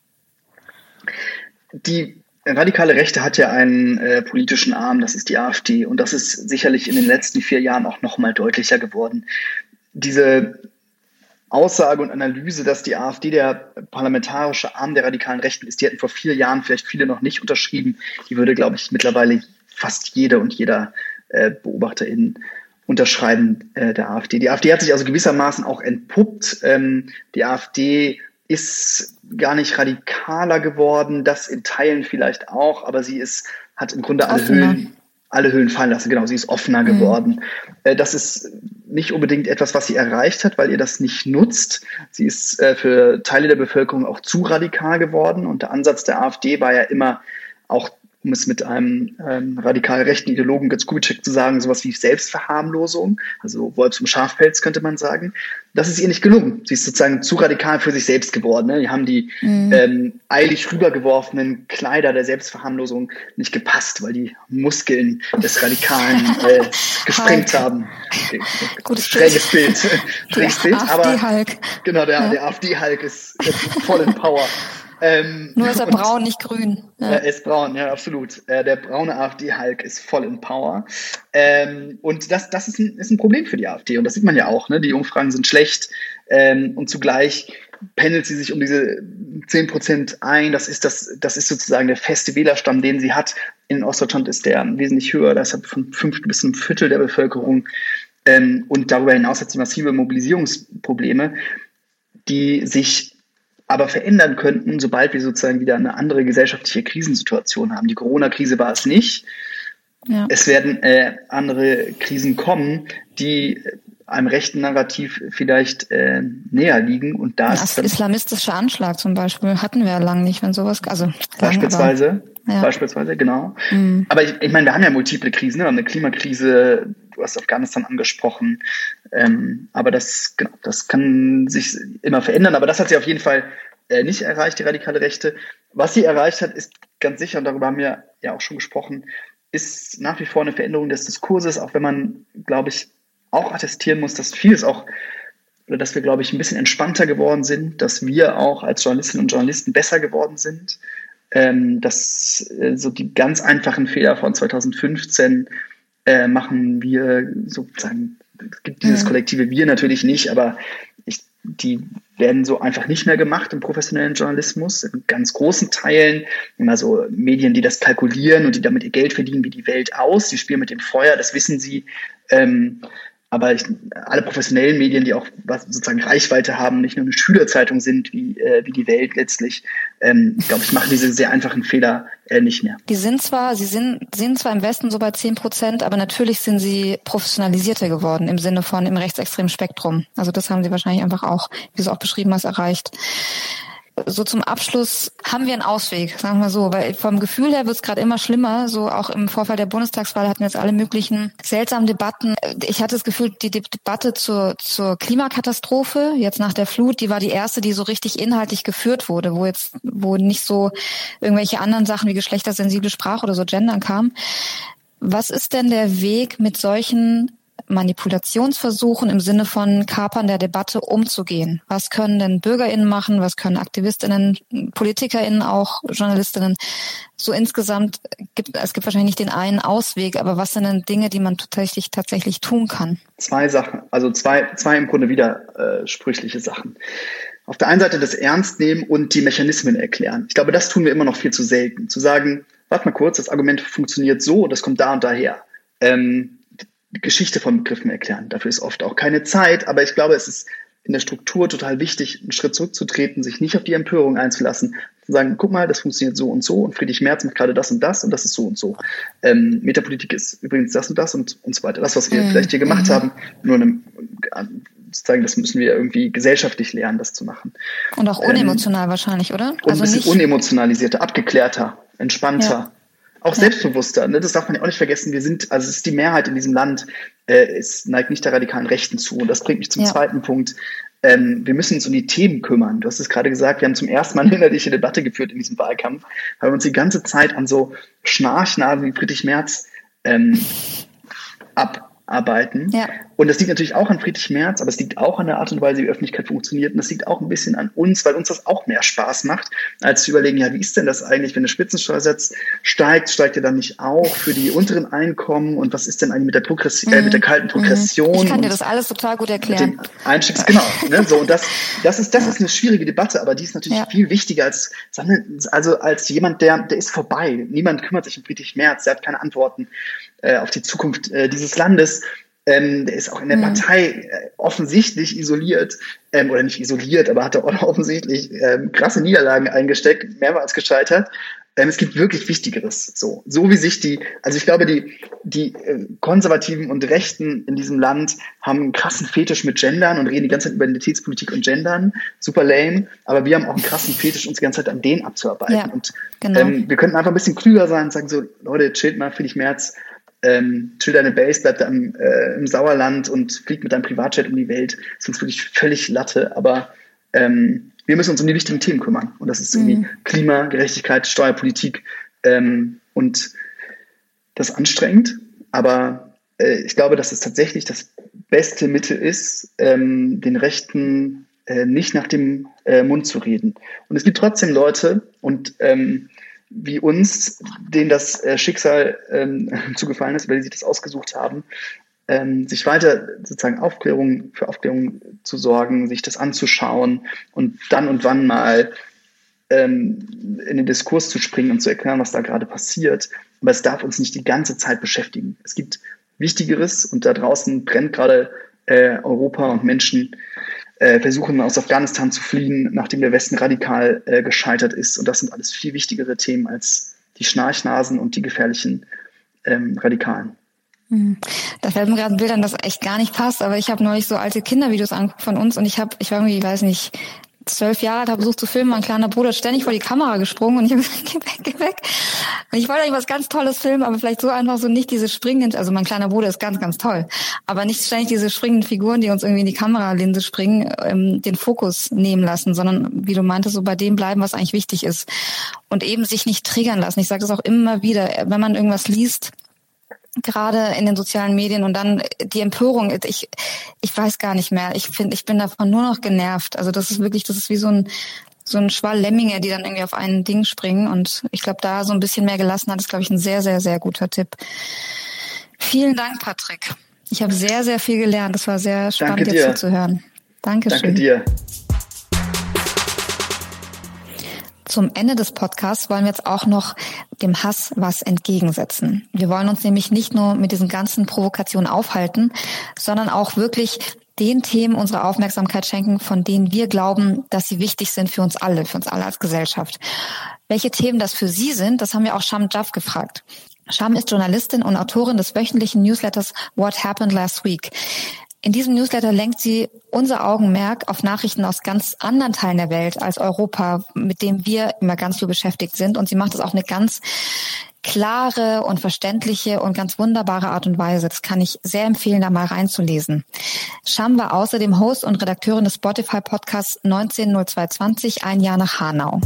Die radikale Rechte hat ja einen äh, politischen Arm, das ist die AfD. Und das ist sicherlich in den letzten vier Jahren auch noch mal deutlicher geworden. Diese Aussage und Analyse, dass die AfD der parlamentarische Arm der radikalen Rechten ist, die hätten vor vier Jahren vielleicht viele noch nicht unterschrieben. Die würde, glaube ich, mittlerweile fast jede und jeder äh, Beobachterin unterschreiben äh, der AfD. Die AfD hat sich also gewissermaßen auch entpuppt. Ähm, die AfD ist gar nicht radikaler geworden, das in Teilen vielleicht auch, aber sie ist, hat im Grunde alle Hüllen, alle Hüllen fallen lassen. Genau, sie ist offener mhm. geworden. Äh, das ist nicht unbedingt etwas, was sie erreicht hat, weil ihr das nicht nutzt. Sie ist äh, für Teile der Bevölkerung auch zu radikal geworden und der Ansatz der AfD war ja immer auch, um es mit einem ähm, radikal rechten Ideologen Götz Kubitschek zu sagen, sowas wie Selbstverharmlosung, also Wolf zum Schafpelz könnte man sagen. Das ist ihr nicht gelungen. Sie ist sozusagen zu radikal für sich selbst geworden. Ne? Die haben die mhm. ähm, eilig rübergeworfenen Kleider der Selbstverharmlosung nicht gepasst, weil die Muskeln des Radikalen äh, gesprengt haben. Okay. Gutes Schräges Bild. Schräges Bild. Aber Hulk. Genau, der, ja. der AfD-Hulk ist, ist voll in Power. Ähm, Nur ist er braun, nicht grün. Ja. Er ist braun, ja, absolut. Äh, der braune AfD-Hulk ist voll in Power. Ähm, und das, das ist, ein, ist ein Problem für die AfD. Und das sieht man ja auch. Ne? Die Umfragen sind schlecht. Ähm, und zugleich pendelt sie sich um diese zehn Prozent ein. Das ist, das, das ist sozusagen der feste Wählerstamm, den sie hat. In Ostdeutschland ist der wesentlich höher. Das hat von fünf bis ein Viertel der Bevölkerung. Ähm, und darüber hinaus hat sie massive Mobilisierungsprobleme, die sich aber verändern könnten, sobald wir sozusagen wieder eine andere gesellschaftliche Krisensituation haben. Die Corona-Krise war es nicht. Ja. Es werden äh, andere Krisen kommen, die einem rechten Narrativ vielleicht äh, näher liegen. Und da ist islamistischer Anschlag zum Beispiel hatten wir ja lange nicht, wenn sowas, also beispielsweise, lang, aber, ja. beispielsweise, genau. Mhm. Aber ich, ich meine, wir haben ja multiple Krisen, ne? Wir haben eine Klimakrise, du hast Afghanistan angesprochen, ähm, aber das, genau, das kann sich immer verändern. Aber das hat sie auf jeden Fall äh, nicht erreicht, die radikale Rechte. Was sie erreicht hat, ist ganz sicher, und darüber haben wir ja auch schon gesprochen, ist nach wie vor eine Veränderung des Diskurses, auch wenn man, glaube ich, auch attestieren muss, dass vieles auch, oder dass wir, glaube ich, ein bisschen entspannter geworden sind, dass wir auch als Journalistinnen und Journalisten besser geworden sind, ähm, dass äh, so die ganz einfachen Fehler von zweitausendfünfzehn äh, machen wir sozusagen, es gibt dieses kollektive Wir natürlich nicht, aber ich, die werden so einfach nicht mehr gemacht im professionellen Journalismus, in ganz großen Teilen. Immer so Medien, die das kalkulieren und die damit ihr Geld verdienen wie die Welt aus. Die spielen mit dem Feuer, das wissen sie. Ähm, aber ich, alle professionellen Medien, die auch was sozusagen Reichweite haben, nicht nur eine Schülerzeitung sind wie, äh, wie die Welt letztlich, ähm, ich glaube, ich mache diese sehr einfachen Fehler äh, nicht mehr. Die sind zwar, sie sind, sind zwar im Westen so bei zehn Prozent, aber natürlich sind sie professionalisierter geworden im Sinne von im rechtsextremen Spektrum. Also das haben sie wahrscheinlich einfach auch, wie du es auch beschrieben hast, erreicht. So zum Abschluss haben wir einen Ausweg, sagen wir mal so, weil vom Gefühl her wird es gerade immer schlimmer. So auch im Vorfall der Bundestagswahl hatten wir jetzt alle möglichen seltsamen Debatten. Ich hatte das Gefühl, die Debatte zur, zur Klimakatastrophe, jetzt nach der Flut, die war die erste, die so richtig inhaltlich geführt wurde, wo jetzt, wo nicht so irgendwelche anderen Sachen wie geschlechtersensible Sprache oder so Gendern kamen. Was ist denn der Weg, mit solchen Manipulationsversuchen im Sinne von Kapern der Debatte umzugehen? Was können denn BürgerInnen machen? Was können AktivistInnen, PolitikerInnen auch, JournalistInnen? So insgesamt gibt es gibt wahrscheinlich nicht den einen Ausweg, aber was sind denn Dinge, die man tatsächlich tatsächlich tun kann? Zwei Sachen, also zwei, zwei im Grunde widersprüchliche Sachen. Auf der einen Seite das Ernst nehmen und die Mechanismen erklären. Ich glaube, das tun wir immer noch viel zu selten. Zu sagen, warte mal kurz, das Argument funktioniert so, das kommt da und daher. Ähm, die Geschichte von Begriffen erklären. Dafür ist oft auch keine Zeit, aber ich glaube, es ist in der Struktur total wichtig, einen Schritt zurückzutreten, sich nicht auf die Empörung einzulassen, zu sagen, guck mal, das funktioniert so und so und Friedrich Merz macht gerade das und das und das ist so und so. Ähm, Metapolitik ist übrigens das und das und, und so weiter. Das, was wir mhm. vielleicht hier gemacht mhm. haben, nur eine, sozusagen, das müssen wir irgendwie gesellschaftlich lernen, das zu machen. Und auch unemotional ähm, wahrscheinlich, oder? Und also ein bisschen nicht unemotionalisierter, abgeklärter, entspannter. Ja. Auch ja. selbstbewusster, ne? Das darf man ja auch nicht vergessen. Wir sind, also es ist die Mehrheit in diesem Land, äh, es neigt nicht der radikalen Rechten zu. Und das bringt mich zum ja. zweiten Punkt. Ähm, wir müssen uns um die Themen kümmern. Du hast es gerade gesagt, wir haben zum ersten Mal eine inhaltliche Debatte geführt in diesem Wahlkampf, weil wir uns die ganze Zeit an so Schnarchnasen wie Friedrich Merz ähm, abarbeiten. Ja. Und das liegt natürlich auch an Friedrich Merz, aber es liegt auch an der Art und Weise, wie Öffentlichkeit funktioniert. Und das liegt auch ein bisschen an uns, weil uns das auch mehr Spaß macht, als zu überlegen, ja, wie ist denn das eigentlich, wenn der Spitzensteuersatz steigt, steigt er dann nicht auch für die unteren Einkommen? Und was ist denn eigentlich mit der Progression, äh, mit der kalten Progression? Ich kann dir das alles total gut erklären. Einstiegs, genau. Ne, so, und das, das ist, das ist eine schwierige Debatte, aber die ist natürlich ja. viel wichtiger als, also als jemand, der, der ist vorbei. Niemand kümmert sich um Friedrich Merz, der hat keine Antworten äh, auf die Zukunft äh, dieses Landes. Ähm, der ist auch in der mhm. Partei äh, offensichtlich isoliert, ähm, oder nicht isoliert, aber hat da offensichtlich ähm, krasse Niederlagen eingesteckt, mehrmals gescheitert. Ähm, es gibt wirklich Wichtigeres. So, so wie sich die, also ich glaube, die, die äh, Konservativen und Rechten in diesem Land haben einen krassen Fetisch mit Gendern und reden die ganze Zeit über Identitätspolitik und Gendern. Super lame. Aber wir haben auch einen krassen Fetisch, uns die ganze Zeit an denen abzuarbeiten. Ja, und genau. ähm, wir könnten einfach ein bisschen klüger sein und sagen so, Leute, chillt mal, Friedrich Merz. Ähm, chill deine Base, bleib da im, äh, im Sauerland und flieg mit deinem Privatjet um die Welt. Das ist uns wirklich völlig Latte, aber ähm, wir müssen uns um die wichtigen Themen kümmern. Und das ist irgendwie mhm. Klima, Gerechtigkeit, Steuerpolitik ähm, und das ist anstrengend, aber äh, ich glaube, dass es tatsächlich das beste Mittel ist, ähm, den Rechten äh, nicht nach dem äh, Mund zu reden. Und es gibt trotzdem Leute und ähm, wie uns, denen das äh, Schicksal ähm, zugefallen ist, weil die sich das ausgesucht haben, ähm, sich weiter sozusagen Aufklärung für Aufklärung zu sorgen, sich das anzuschauen und dann und wann mal ähm, in den Diskurs zu springen und zu erklären, was da gerade passiert. Aber es darf uns nicht die ganze Zeit beschäftigen. Es gibt Wichtigeres und da draußen brennt gerade äh, Europa und Menschen Äh, versuchen aus Afghanistan zu fliehen, nachdem der Westen radikal äh, gescheitert ist. Und das sind alles viel wichtigere Themen als die Schnarchnasen und die gefährlichen ähm, Radikalen. Hm. Da fällt mir gerade ein Bild an, das echt gar nicht passt, aber ich habe neulich so alte Kindervideos angeguckt von uns und ich habe, ich war irgendwie, ich weiß nicht, zwölf Jahre alt, habe versucht zu filmen, mein kleiner Bruder ist ständig vor die Kamera gesprungen und ich habe gesagt, geh weg, geh weg. Und ich wollte eigentlich was ganz Tolles filmen, aber vielleicht so einfach so nicht diese springenden, also mein kleiner Bruder ist ganz, ganz toll, aber nicht ständig diese springenden Figuren, die uns irgendwie in die Kameralinse springen, ähm, den Fokus nehmen lassen, sondern wie du meintest, so bei dem bleiben, was eigentlich wichtig ist. Und eben sich nicht triggern lassen. Ich sage das auch immer wieder, wenn man irgendwas liest, gerade in den sozialen Medien und dann die Empörung, ich ich weiß gar nicht mehr, ich finde, ich bin davon nur noch genervt. Also das ist wirklich, das ist wie so ein so ein Schwall Lemminge, die dann irgendwie auf ein Ding springen und ich glaube, da so ein bisschen mehr Gelassenheit ist, glaube ich, ein sehr, sehr, sehr guter Tipp. Vielen Dank, Patrick. Ich habe sehr, sehr viel gelernt. Es war sehr spannend, dir zuzuhören. Dankeschön. Danke dir. Zum Ende des Podcasts wollen wir jetzt auch noch dem Hass was entgegensetzen. Wir wollen uns nämlich nicht nur mit diesen ganzen Provokationen aufhalten, sondern auch wirklich den Themen unsere Aufmerksamkeit schenken, von denen wir glauben, dass sie wichtig sind für uns alle, für uns alle als Gesellschaft. Welche Themen das für Sie sind, das haben wir auch Sham Jaff gefragt. Sham ist Journalistin und Autorin des wöchentlichen Newsletters What Happened Last Week. In diesem Newsletter lenkt sie unser Augenmerk auf Nachrichten aus ganz anderen Teilen der Welt als Europa, mit dem wir immer ganz viel beschäftigt sind. Und sie macht das auf eine ganz klare und verständliche und ganz wunderbare Art und Weise. Das kann ich sehr empfehlen, da mal reinzulesen. Sham war außerdem Host und Redakteurin des Spotify-Podcasts neunzehn null zwei zwanzig, ein Jahr nach Hanau.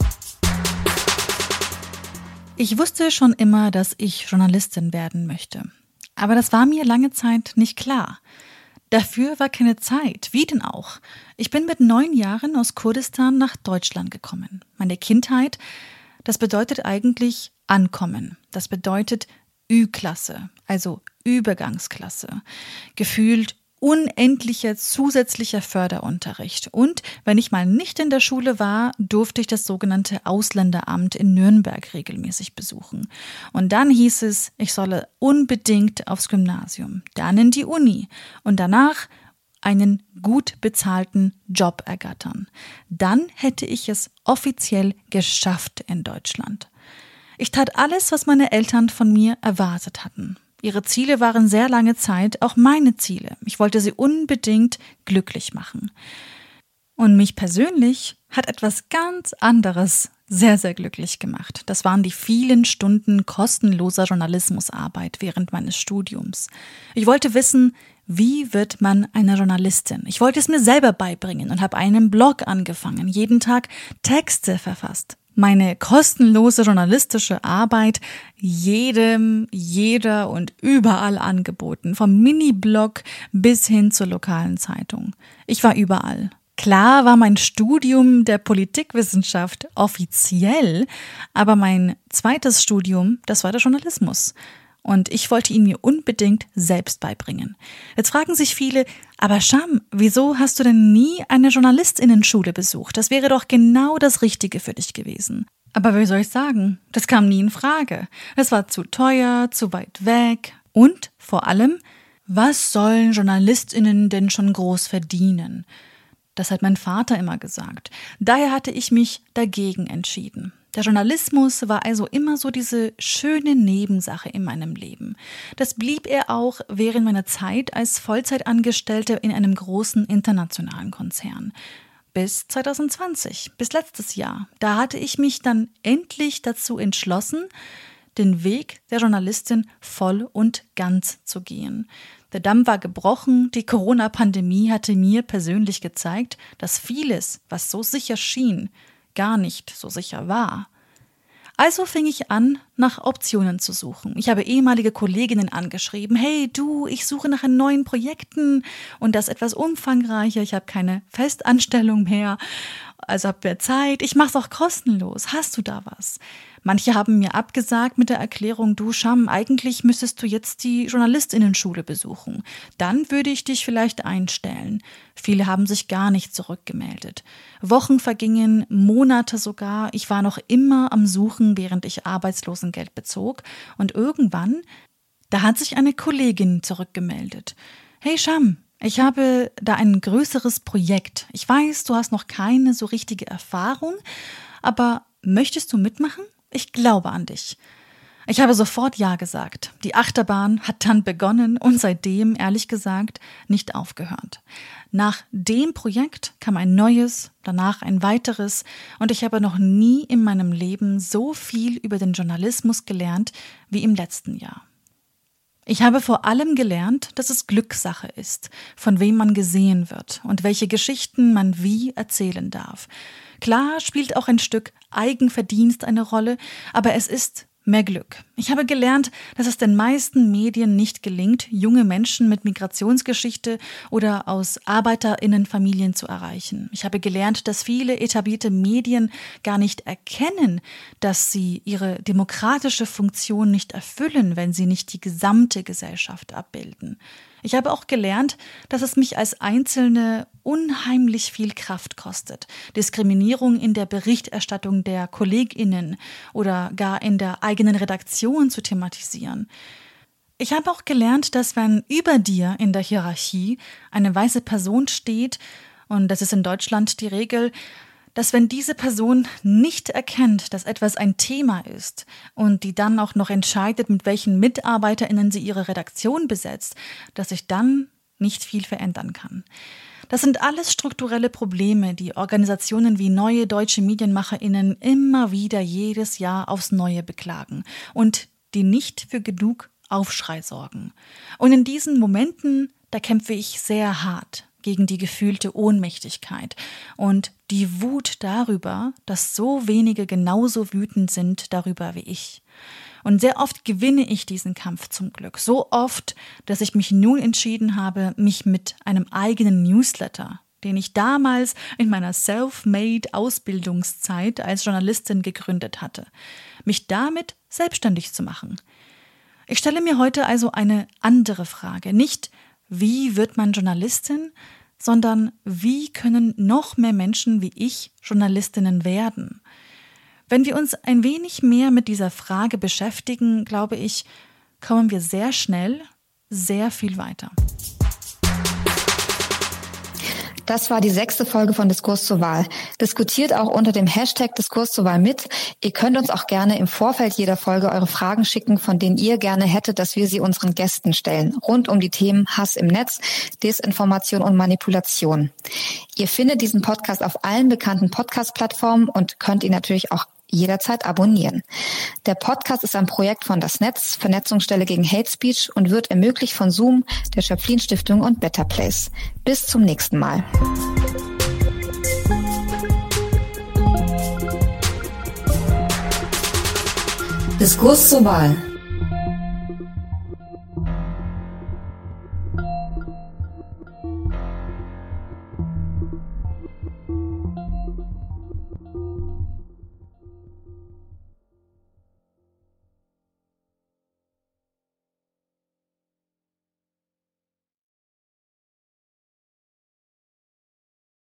Ich wusste schon immer, dass ich Journalistin werden möchte. Aber das war mir lange Zeit nicht klar. Dafür war keine Zeit. Wie denn auch? Ich bin mit neun Jahren aus Kurdistan nach Deutschland gekommen. Meine Kindheit, das bedeutet eigentlich Ankommen. Das bedeutet Ü-Klasse, also Übergangsklasse. Gefühlt unendlicher zusätzlicher Förderunterricht. Und wenn ich mal nicht in der Schule war, durfte ich das sogenannte Ausländeramt in Nürnberg regelmäßig besuchen. Und dann hieß es, ich solle unbedingt aufs Gymnasium, dann in die Uni und danach einen gut bezahlten Job ergattern. Dann hätte ich es offiziell geschafft in Deutschland. Ich tat alles, was meine Eltern von mir erwartet hatten. Ihre Ziele waren sehr lange Zeit auch meine Ziele. Ich wollte sie unbedingt glücklich machen. Und mich persönlich hat etwas ganz anderes sehr, sehr glücklich gemacht. Das waren die vielen Stunden kostenloser Journalismusarbeit während meines Studiums. Ich wollte wissen, wie wird man eine Journalistin? Ich wollte es mir selber beibringen und habe einen Blog angefangen, jeden Tag Texte verfasst. Meine kostenlose journalistische Arbeit jedem, jeder und überall angeboten, vom Mini-Blog bis hin zur lokalen Zeitung. Ich war überall. Klar war mein Studium der Politikwissenschaft offiziell, aber mein zweites Studium, das war der Journalismus. Und ich wollte ihn mir unbedingt selbst beibringen. Jetzt fragen sich viele, aber Sham, wieso hast du denn nie eine JournalistInnen-Schule besucht? Das wäre doch genau das Richtige für dich gewesen. Aber wie soll ich sagen? Das kam nie in Frage. Es war zu teuer, zu weit weg. Und vor allem, was sollen JournalistInnen denn schon groß verdienen? Das hat mein Vater immer gesagt. Daher hatte ich mich dagegen entschieden. Der Journalismus war also immer so diese schöne Nebensache in meinem Leben. Das blieb er auch während meiner Zeit als Vollzeitangestellte in einem großen internationalen Konzern. Bis zwanzig zwanzig, bis letztes Jahr. Da hatte ich mich dann endlich dazu entschlossen, den Weg der Journalistin voll und ganz zu gehen. Der Damm war gebrochen, die Corona-Pandemie hatte mir persönlich gezeigt, dass vieles, was so sicher schien, gar nicht so sicher war. Also fing ich an, nach Optionen zu suchen. Ich habe ehemalige Kolleginnen angeschrieben, hey du, ich suche nach neuen Projekten und das etwas umfangreicher, ich habe keine Festanstellung mehr, also habe mehr Zeit, ich mache es auch kostenlos, hast du da was? Manche haben mir abgesagt mit der Erklärung, du Sham, eigentlich müsstest du jetzt die JournalistInnen-Schule besuchen. Dann würde ich dich vielleicht einstellen. Viele haben sich gar nicht zurückgemeldet. Wochen vergingen, Monate sogar. Ich war noch immer am Suchen, während ich Arbeitslosengeld bezog. Und irgendwann, da hat sich eine Kollegin zurückgemeldet. Hey Sham, ich habe da ein größeres Projekt. Ich weiß, du hast noch keine so richtige Erfahrung, aber möchtest du mitmachen? Ich glaube an dich. Ich habe sofort Ja gesagt. Die Achterbahn hat dann begonnen und seitdem, ehrlich gesagt, nicht aufgehört. Nach dem Projekt kam ein neues, danach ein weiteres und ich habe noch nie in meinem Leben so viel über den Journalismus gelernt wie im letzten Jahr. Ich habe vor allem gelernt, dass es Glückssache ist, von wem man gesehen wird und welche Geschichten man wie erzählen darf. Klar spielt auch ein Stück Eigenverdienst eine Rolle, aber es ist mehr Glück. Ich habe gelernt, dass es den meisten Medien nicht gelingt, junge Menschen mit Migrationsgeschichte oder aus ArbeiterInnenfamilien zu erreichen. Ich habe gelernt, dass viele etablierte Medien gar nicht erkennen, dass sie ihre demokratische Funktion nicht erfüllen, wenn sie nicht die gesamte Gesellschaft abbilden. Ich habe auch gelernt, dass es mich als Einzelne unheimlich viel Kraft kostet, Diskriminierung in der Berichterstattung der KollegInnen oder gar in der eigenen Redaktion zu thematisieren. Ich habe auch gelernt, dass wenn über dir in der Hierarchie eine weiße Person steht, und das ist in Deutschland die Regel, dass wenn diese Person nicht erkennt, dass etwas ein Thema ist und die dann auch noch entscheidet, mit welchen MitarbeiterInnen sie ihre Redaktion besetzt, dass sich dann nicht viel verändern kann. Das sind alles strukturelle Probleme, die Organisationen wie Neue Deutsche MedienmacherInnen immer wieder jedes Jahr aufs Neue beklagen und die nicht für genug Aufschrei sorgen. Und in diesen Momenten, da kämpfe ich sehr hart gegen die gefühlte Ohnmächtigkeit und die Wut darüber, dass so wenige genauso wütend sind darüber wie ich. Und sehr oft gewinne ich diesen Kampf zum Glück. So oft, dass ich mich nun entschieden habe, mich mit einem eigenen Newsletter, den ich damals in meiner Self-Made-Ausbildungszeit als Journalistin gegründet hatte, mich damit selbstständig zu machen. Ich stelle mir heute also eine andere Frage. Nicht, wie wird man Journalistin, sondern wie können noch mehr Menschen wie ich Journalistinnen werden? Wenn wir uns ein wenig mehr mit dieser Frage beschäftigen, glaube ich, kommen wir sehr schnell sehr viel weiter. Das war die sechste Folge von Diskurs zur Wahl. Diskutiert auch unter dem Hashtag Diskurs zur Wahl mit. Ihr könnt uns auch gerne im Vorfeld jeder Folge eure Fragen schicken, von denen ihr gerne hättet, dass wir sie unseren Gästen stellen. Rund um die Themen Hass im Netz, Desinformation und Manipulation. Ihr findet diesen Podcast auf allen bekannten Podcast-Plattformen und könnt ihn natürlich auch jederzeit abonnieren. Der Podcast ist ein Projekt von Das Netz, Vernetzungsstelle gegen Hate Speech, und wird ermöglicht von Zoom, der Schöpflin Stiftung und Better Place. Bis zum nächsten Mal. Diskurs zur Wahl.